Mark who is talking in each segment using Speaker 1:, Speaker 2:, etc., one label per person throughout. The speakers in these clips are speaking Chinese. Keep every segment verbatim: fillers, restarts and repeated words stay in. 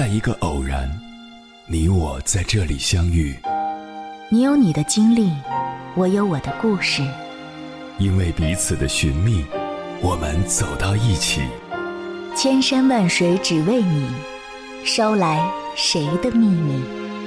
Speaker 1: 在一个偶然，你我在这里相遇。
Speaker 2: 你有你的经历，我有我的故事。
Speaker 1: 因为彼此的寻觅，我们走到一起。
Speaker 2: 千山万水只为你，捎来谁的秘密？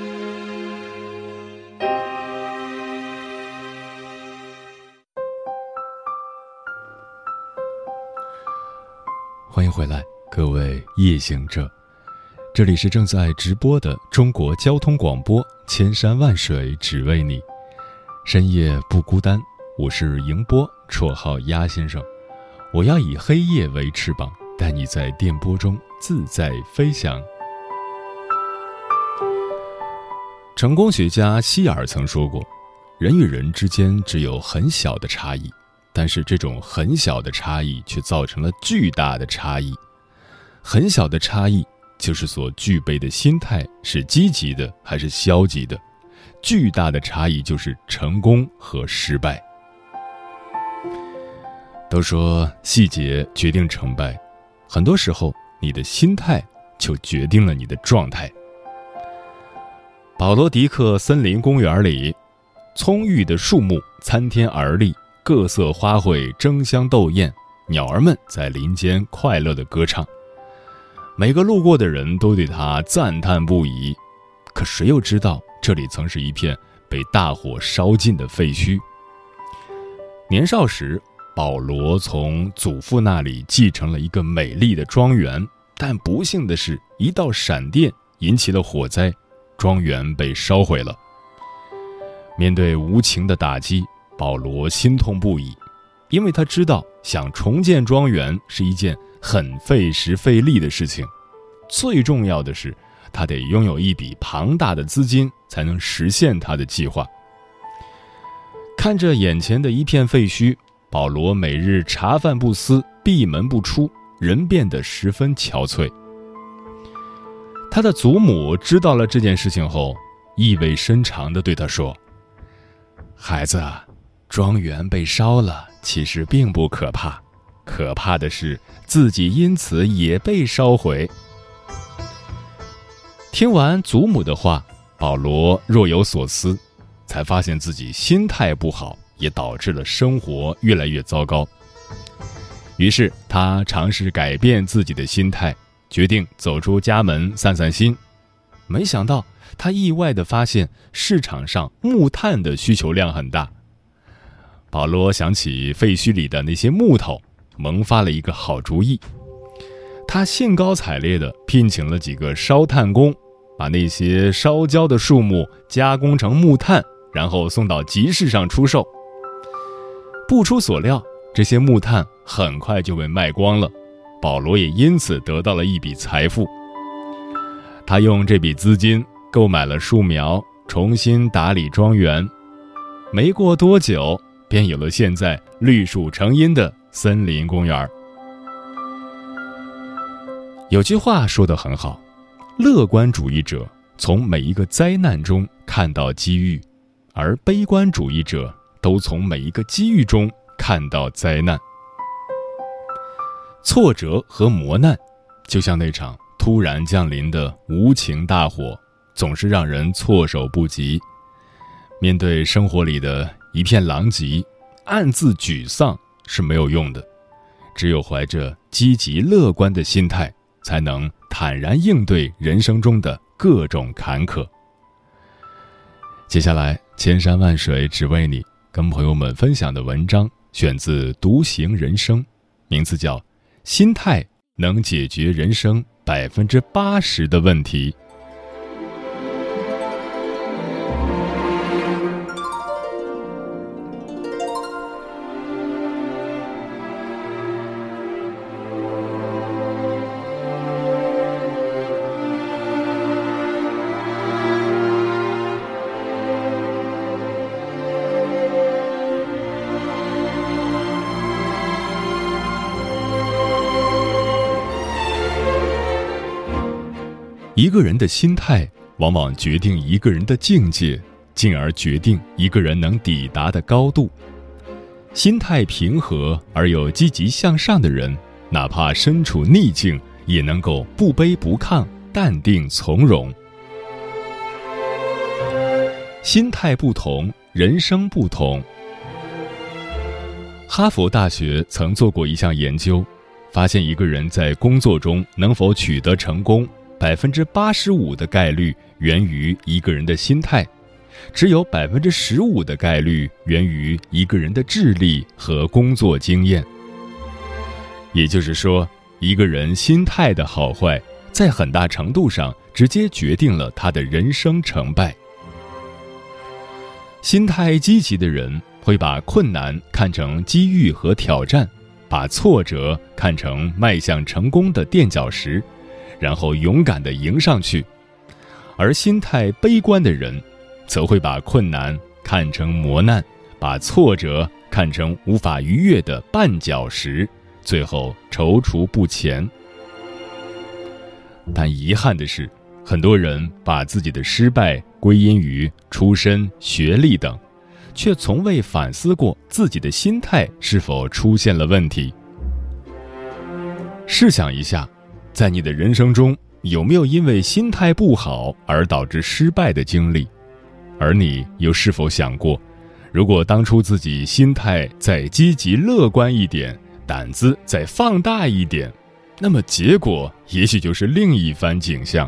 Speaker 3: 欢迎回来，各位夜行者，这里是正在直播的中国交通广播，千山万水只为你，深夜不孤单。我是迎波，绰号鸭先生。我要以黑夜为翅膀，带你在电波中自在飞翔。成功学家希尔曾说过，人与人之间只有很小的差异，但是这种很小的差异却造成了巨大的差异。很小的差异就是所具备的心态是积极的还是消极的，巨大的差异就是成功和失败。都说细节决定成败，很多时候你的心态就决定了你的状态。保罗迪克森林公园里，葱郁的树木参天而立，各色花卉争相斗艳，鸟儿们在林间快乐地歌唱。每个路过的人都对他赞叹不已，可谁又知道这里曾是一片被大火烧尽的废墟。年少时，保罗从祖父那里继承了一个美丽的庄园，但不幸的是，一道闪电引起了火灾，庄园被烧毁了。面对无情的打击，保罗心痛不已，因为他知道想重建庄园是一件很费时费力的事情，最重要的是他得拥有一笔庞大的资金才能实现他的计划。看着眼前的一片废墟，保罗每日茶饭不思，闭门不出，人变得十分憔悴。他的祖母知道了这件事情后，意味深长地对他说：孩子，庄园被烧了，其实并不可怕，可怕的是自己因此也被烧毁。听完祖母的话，保罗若有所思，才发现自己心态不好，也导致了生活越来越糟糕。于是他尝试改变自己的心态，决定走出家门散散心。没想到他意外地发现市场上木炭的需求量很大。保罗想起废墟里的那些木头，萌发了一个好主意。他兴高采烈地聘请了几个烧炭工，把那些烧焦的树木加工成木炭，然后送到集市上出售。不出所料，这些木炭很快就被卖光了，保罗也因此得到了一笔财富。他用这笔资金购买了树苗，重新打理庄园。没过多久，便有了现在绿树成荫的森林公园。有句话说得很好，乐观主义者从每一个灾难中看到机遇，而悲观主义者都从每一个机遇中看到灾难。挫折和磨难就像那场突然降临的无情大火，总是让人措手不及。面对生活里的一片狼藉，暗自沮丧是没有用的，只有怀着积极乐观的心态，才能坦然应对人生中的各种坎坷。接下来，千山万水只为你，跟朋友们分享的文章选自《独行人生》，名字叫《心态能解决人生百分之八十的问题》。一个人的心态往往决定一个人的境界，进而决定一个人能抵达的高度。心态平和而又积极向上的人，哪怕身处逆境，也能够不卑不亢， 淡定从容。心态不同，人生不同。哈佛大学曾做过一项研究，发现一个人在工作中能否取得成功，百分之八十五的概率源于一个人的心态，只有百分之十五的概率源于一个人的智力和工作经验。也就是说，一个人心态的好坏，在很大程度上直接决定了他的人生成败。心态积极的人会把困难看成机遇和挑战，把挫折看成迈向成功的垫脚石，然后勇敢地迎上去。而心态悲观的人则会把困难看成磨难，把挫折看成无法逾越的绊脚石，最后踌躇不前。但遗憾的是，很多人把自己的失败归因于出身、学历等，却从未反思过自己的心态是否出现了问题。试想一下，在你的人生中，有没有因为心态不好而导致失败的经历？而你又是否想过，如果当初自己心态再积极乐观一点，胆子再放大一点，那么结果也许就是另一番景象。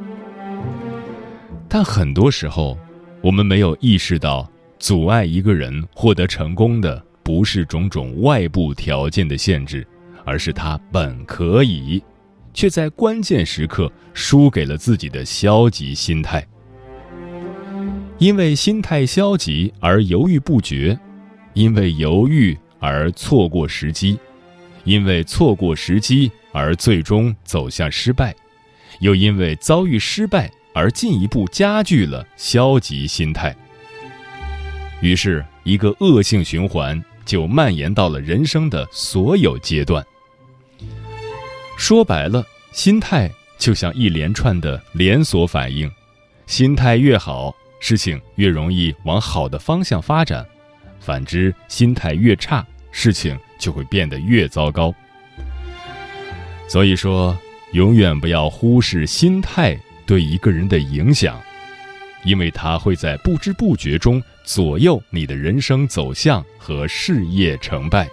Speaker 3: 但很多时候，我们没有意识到，阻碍一个人获得成功的不是种种外部条件的限制，而是他本可以，却在关键时刻输给了自己的消极心态。因为心态消极而犹豫不决，因为犹豫而错过时机，因为错过时机而最终走向失败，又因为遭遇失败而进一步加剧了消极心态。于是，一个恶性循环就蔓延到了人生的所有阶段。说白了，心态就像一连串的连锁反应，心态越好，事情越容易往好的方向发展，反之，心态越差，事情就会变得越糟糕。所以说，永远不要忽视心态对一个人的影响，因为它会在不知不觉中左右你的人生走向和事业成败。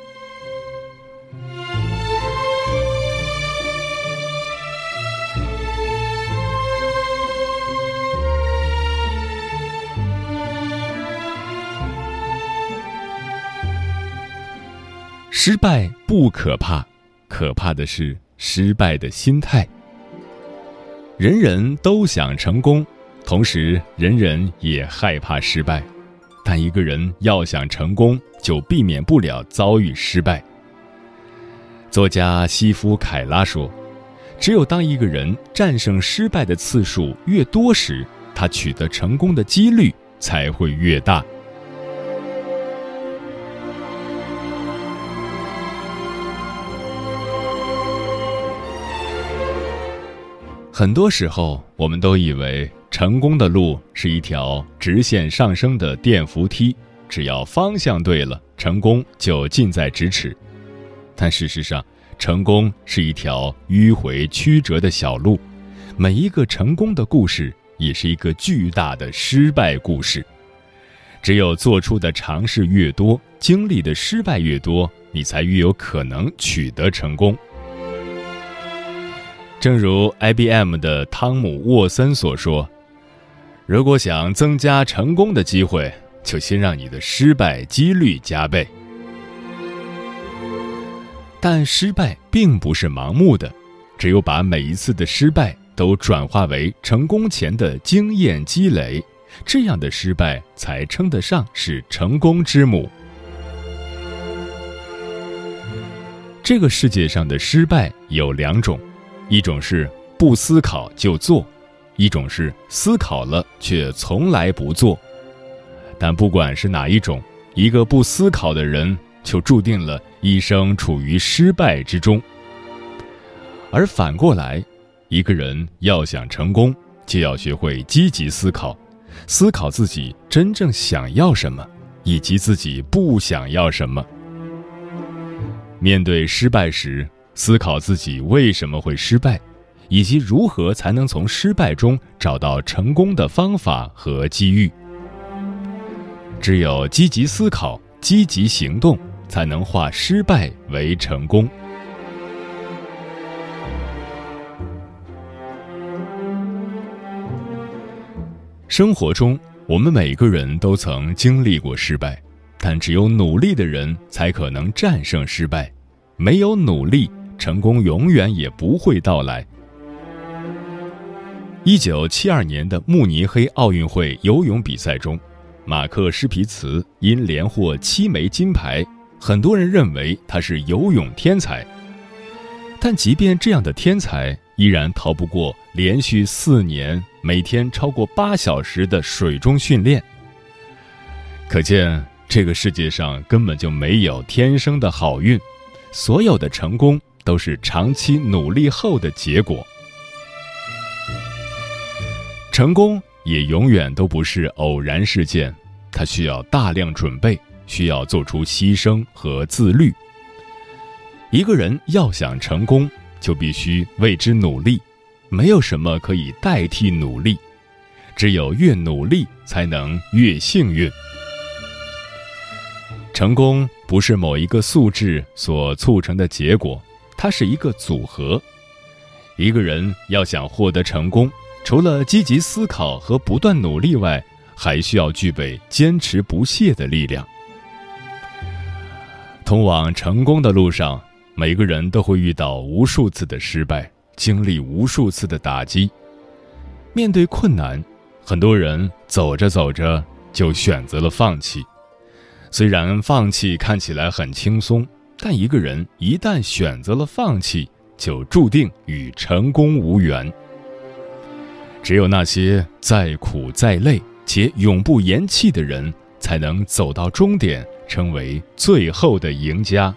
Speaker 3: 失败不可怕，可怕的是失败的心态。人人都想成功，同时人人也害怕失败，但一个人要想成功，就避免不了遭遇失败。作家西夫凯拉说，只有当一个人战胜失败的次数越多时，他取得成功的几率才会越大。很多时候，我们都以为成功的路是一条直线上升的电扶梯，只要方向对了，成功就近在咫尺。但事实上，成功是一条迂回曲折的小路，每一个成功的故事也是一个巨大的失败故事。只有做出的尝试越多，经历的失败越多，你才越有可能取得成功。正如 I B M 的汤姆·沃森所说，如果想增加成功的机会，就先让你的失败几率加倍。但失败并不是盲目的，只有把每一次的失败都转化为成功前的经验积累，这样的失败才称得上是成功之母。这个世界上的失败有两种，一种是不思考就做，一种是思考了却从来不做。但不管是哪一种，一个不思考的人就注定了一生处于失败之中。而反过来，一个人要想成功，就要学会积极思考，思考自己真正想要什么，以及自己不想要什么。面对失败时，思考自己为什么会失败， 以及如何才能从失败中找到成功的方法和机遇。只有积极思考、积极行动，才能化失败为成功。生活中，我们每个人都曾经历过失败，但只有努力的人才可能战胜失败。没有努力，成功永远也不会到来。一九七二年的慕尼黑奥运会游泳比赛中，马克施皮茨因连获七枚金牌，很多人认为他是游泳天才。但即便这样的天才，依然逃不过连续四年每天超过八小时的水中训练。可见这个世界上根本就没有天生的好运，所有的成功都是长期努力后的结果。成功也永远都不是偶然事件，它需要大量准备，需要做出牺牲和自律。一个人要想成功，就必须为之努力，没有什么可以代替努力，只有越努力才能越幸运。成功不是某一个素质所促成的结果，它是一个组合。一个人要想获得成功，除了积极思考和不断努力外，还需要具备坚持不懈的力量。通往成功的路上，每个人都会遇到无数次的失败，经历无数次的打击。面对困难，很多人走着走着就选择了放弃。虽然放弃看起来很轻松，但一个人一旦选择了放弃，就注定与成功无缘。只有那些再苦再累且永不言弃的人，才能走到终点，成为最后的赢家。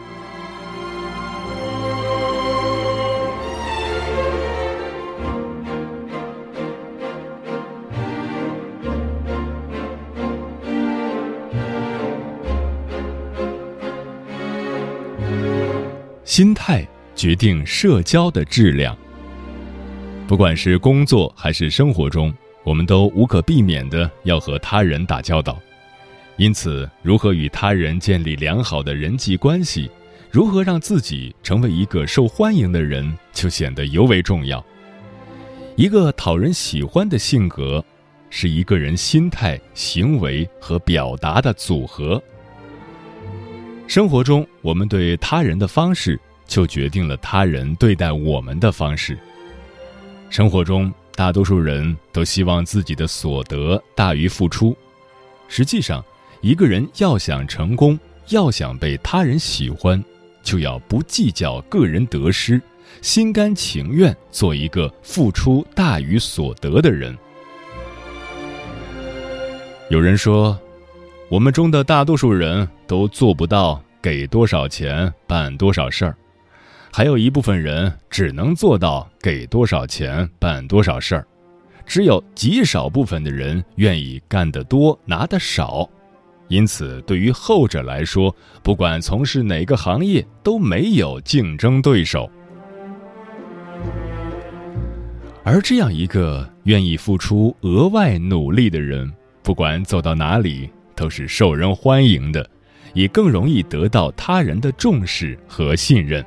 Speaker 3: 心态决定社交的质量。不管是工作还是生活中，我们都无可避免地要和他人打交道。因此，如何与他人建立良好的人际关系，如何让自己成为一个受欢迎的人，就显得尤为重要。一个讨人喜欢的性格，是一个人心态、行为和表达的组合。生活中，我们对他人的方式，就决定了他人对待我们的方式。生活中，大多数人都希望自己的所得大于付出。实际上，一个人要想成功，要想被他人喜欢，就要不计较个人得失，心甘情愿做一个付出大于所得的人。有人说，我们中的大多数人都做不到给多少钱办多少事儿，还有一部分人只能做到给多少钱办多少事儿，只有极少部分的人愿意干得多拿得少。因此，对于后者来说，不管从事哪个行业，都没有竞争对手。而这样一个愿意付出额外努力的人，不管走到哪里都是受人欢迎的，也更容易得到他人的重视和信任。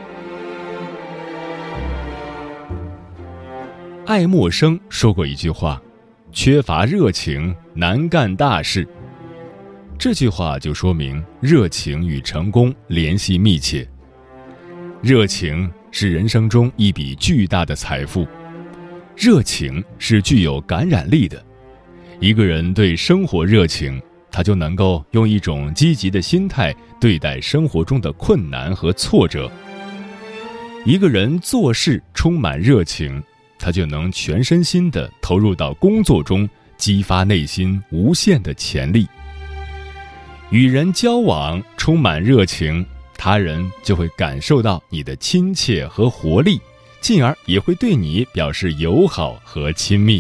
Speaker 3: 爱默生说过一句话：缺乏热情，难干大事。这句话就说明热情与成功联系密切。热情是人生中一笔巨大的财富，热情是具有感染力的。一个人对生活热情，他就能够用一种积极的心态对待生活中的困难和挫折。一个人做事充满热情，他就能全身心地投入到工作中，激发内心无限的潜力。与人交往充满热情，他人就会感受到你的亲切和活力，进而也会对你表示友好和亲密。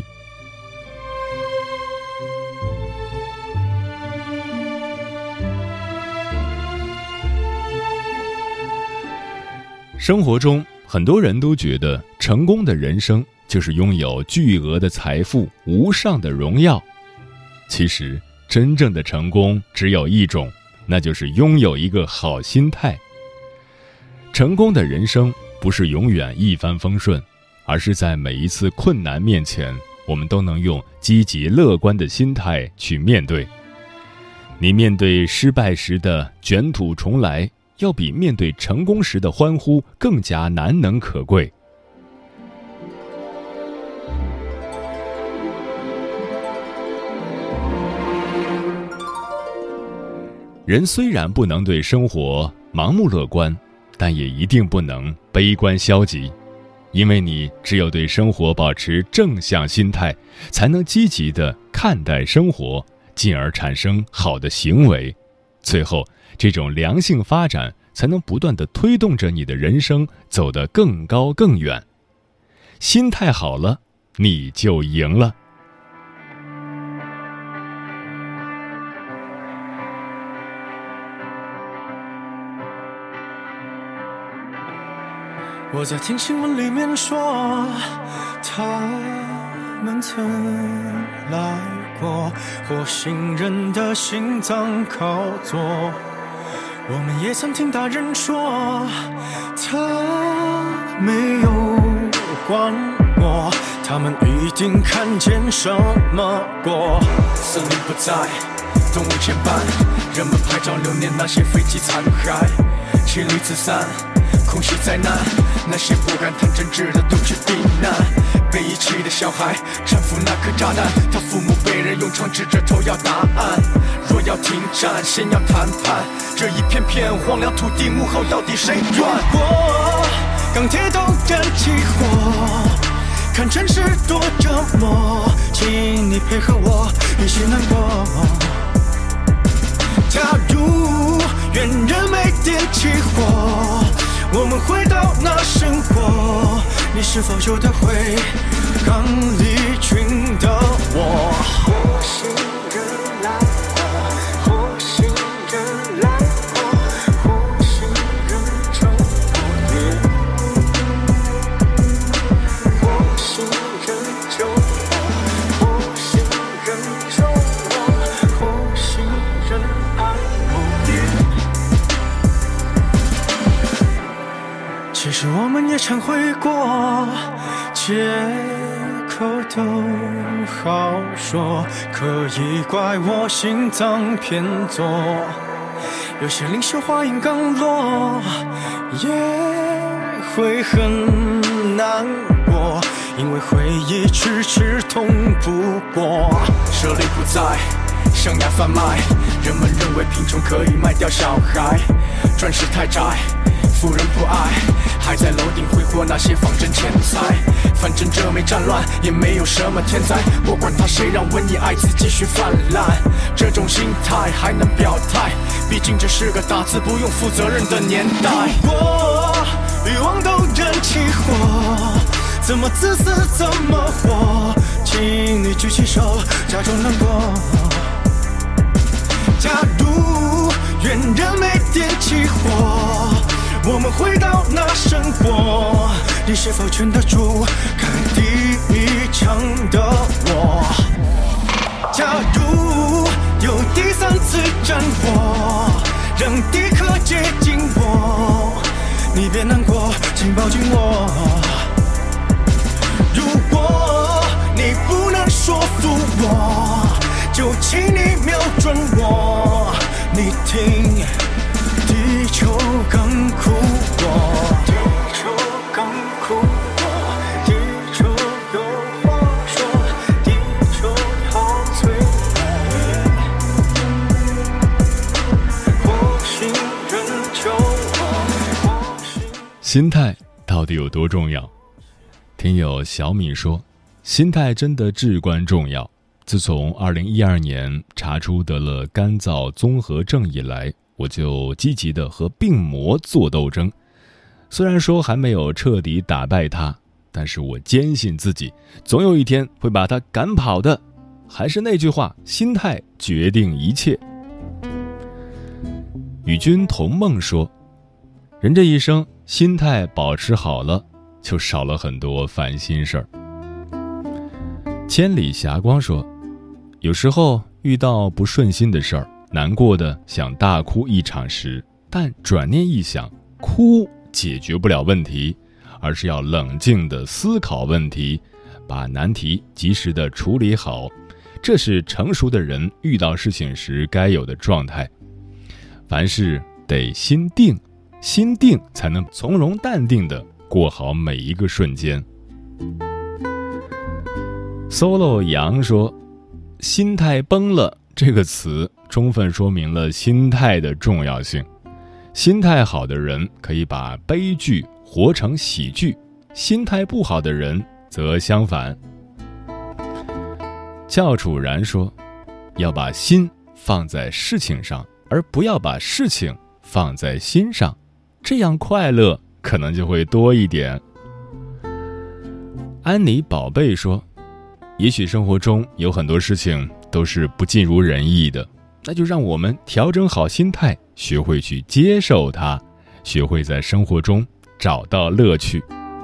Speaker 3: 生活中， 很多人都觉得成功的人生就是拥有巨额的财富、无上的荣耀。其实，真正的成功只有一种，那就是拥有一个好心态。成功的人生不是永远一帆风顺，而是在每一次困难面前，我们都能用积极乐观的心态去面对。你面对失败时的卷土重来，要比面对成功时的欢呼更加难能可贵。人虽然不能对生活盲目乐观，但也一定不能悲观消极，因为你只有对生活保持正向心态，才能积极地看待生活，进而产生好的行为。最后，这种良性发展才能不断地推动着你的人生走得更高更远。心态好了，你就赢了。
Speaker 4: 我在听新闻里面说，他们曾来过火星人的心脏靠左。我们也曾听大人说，他没有管我，他们一定看见什么过。森林不在，动物牵绊，人们拍照留念那些飞机残骸，妻离子散，空虚灾难，那些不敢谈政治的都去避难。被遗弃的小孩搀扶那颗炸弹，他父母被人用枪指着头要答案。若要停战，先要谈判，这一片片荒凉土地幕后到底谁赚？如果钢铁都燃起火，看城市多折磨，请你配合我一起难过。假如原人没点起火，我们回到那生活，你是否有得回刚离群的我？火星人来过，火星人来过，火星人救我也，火星人救我，火星人救我，火星人爱我也。其实我们也忏悔过，借口都好说，可以怪我心脏偏左。有些领袖话音刚落，也会很难过，因为回忆迟迟通不过。舍利不在，生涯贩卖，人们认为贫穷可以卖掉小孩，转世太窄，富人不爱，还在楼顶挥霍那些仿真钱财。反正这没战乱，也没有什么天灾，我管他谁让瘟疫艾滋继续泛滥。这种心态还能表态，毕竟这是个打字不用负责任的年代。如果欲望都燃起火，怎么自私怎么活？请你举起手，假装难过。假如原人没点起火，我们回到那生活，你是否劝得住开第一枪的我？假如有第三次战火，让敌客接近我，你别难过，请抱紧我。如果你不能说服我，就请你瞄准我。你听，地球刚哭过，地球刚哭过，地球有话说，地球你好脆弱。火星人救我。
Speaker 3: 心态到底有多重要？听友小米说，心态真的至关重要。自从二零一二年查出得了干燥综合症以来，我就积极地和病魔做斗争。虽然说还没有彻底打败它，但是我坚信自己总有一天会把它赶跑的。还是那句话，心态决定一切。与君同梦说，人这一生心态保持好了，就少了很多烦心事儿。千里霞光说，有时候遇到不顺心的事儿，难过的想大哭一场时，但转念一想，哭解决不了问题，而是要冷静地思考问题，把难题及时地处理好，这是成熟的人遇到事情时该有的状态。凡事得心定，心定才能从容淡定地过好每一个瞬间。Solo 杨说，心态崩了这个词充分说明了心态的重要性。心态好的人可以把悲剧活成喜剧，心态不好的人则相反。教主然说，要把心放在事情上，而不要把事情放在心上，这样快乐可能就会多一点。安妮宝贝说，也许生活中有很多事情都是不尽如人意的，那就让我们调整好心态，学会去接受它，学会在生活中找到乐趣。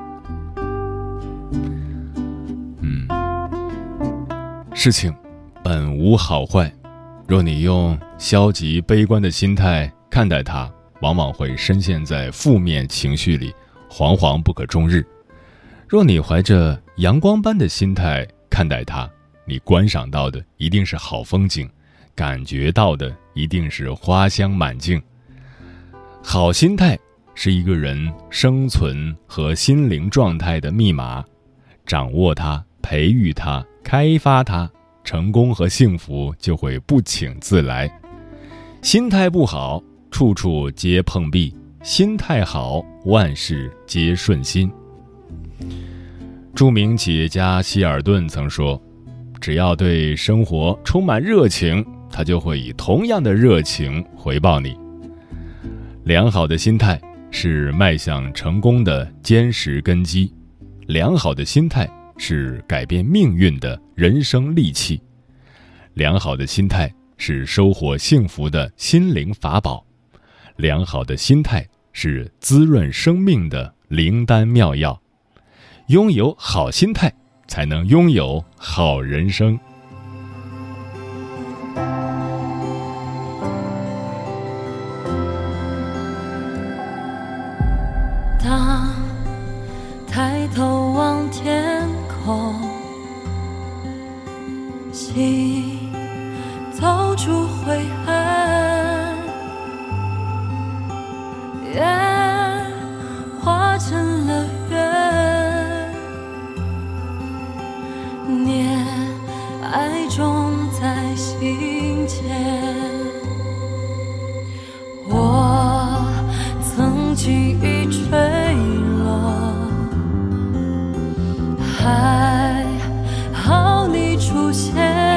Speaker 3: 嗯，事情本无好坏，若你用消极悲观的心态看待它，往往会深陷在负面情绪里，惶惶不可终日。若你怀着阳光般的心态看待它，你观赏到的一定是好风景，感觉到的一定是花香满径。好心态是一个人生存和心灵状态的密码，掌握它，培育它，开发它，成功和幸福就会不请自来。心态不好，处处皆碰壁；心态好，万事皆顺心。著名企业家希尔顿曾说，只要对生活充满热情，他就会以同样的热情回报你。良好的心态是迈向成功的坚实根基，良好的心态是改变命运的人生利器，良好的心态是收获幸福的心灵法宝，良好的心态是滋润生命的灵丹妙药。拥有好心态，才能拥有好人生。
Speaker 5: 当抬头望天空，心走出灰暗，夜化成了月，念爱种在心间。我曾经已坠落，还好你出现，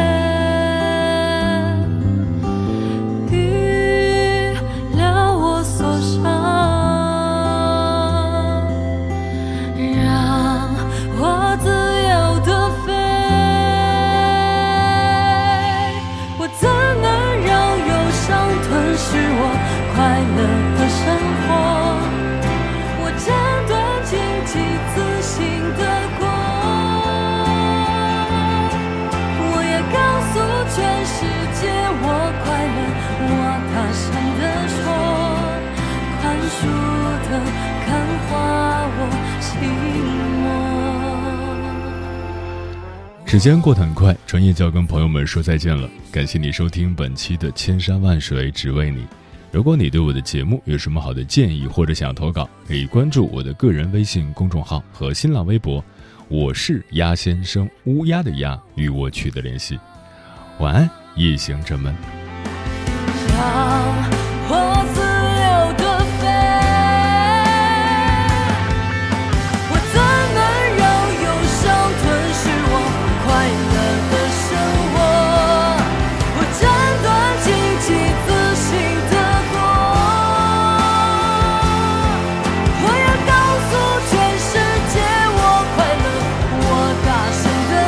Speaker 5: 预料我所伤，让我自由地飞。我怎能让忧伤吞噬我快乐的生活？我斩断荆棘自信的过，我也告诉全世界我快乐，我大声地说，宽恕的感化我心魔。
Speaker 3: 时间过得很快，转眼就要跟朋友们说再见了。感谢你收听本期的千山万水只为你。如果你对我的节目有什么好的建议或者想投稿，可以关注我的个人微信公众号和新浪微博，我是鸭先生，乌鸦的鸭，与我取得联系。晚安，夜行者们。
Speaker 5: 让我自由地飞，我怎能让忧伤吞噬我快乐的生活？我斩断荆棘自信的过，我要告诉全世界我快乐，我大声地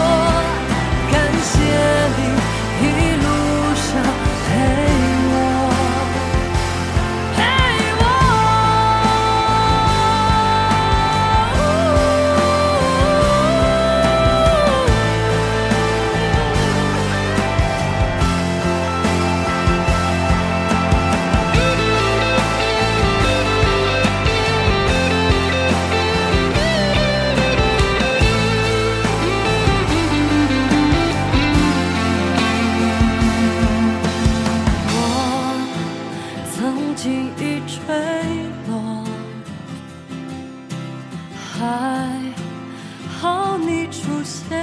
Speaker 5: 说，感谢你一路上陪我。 还好你出现。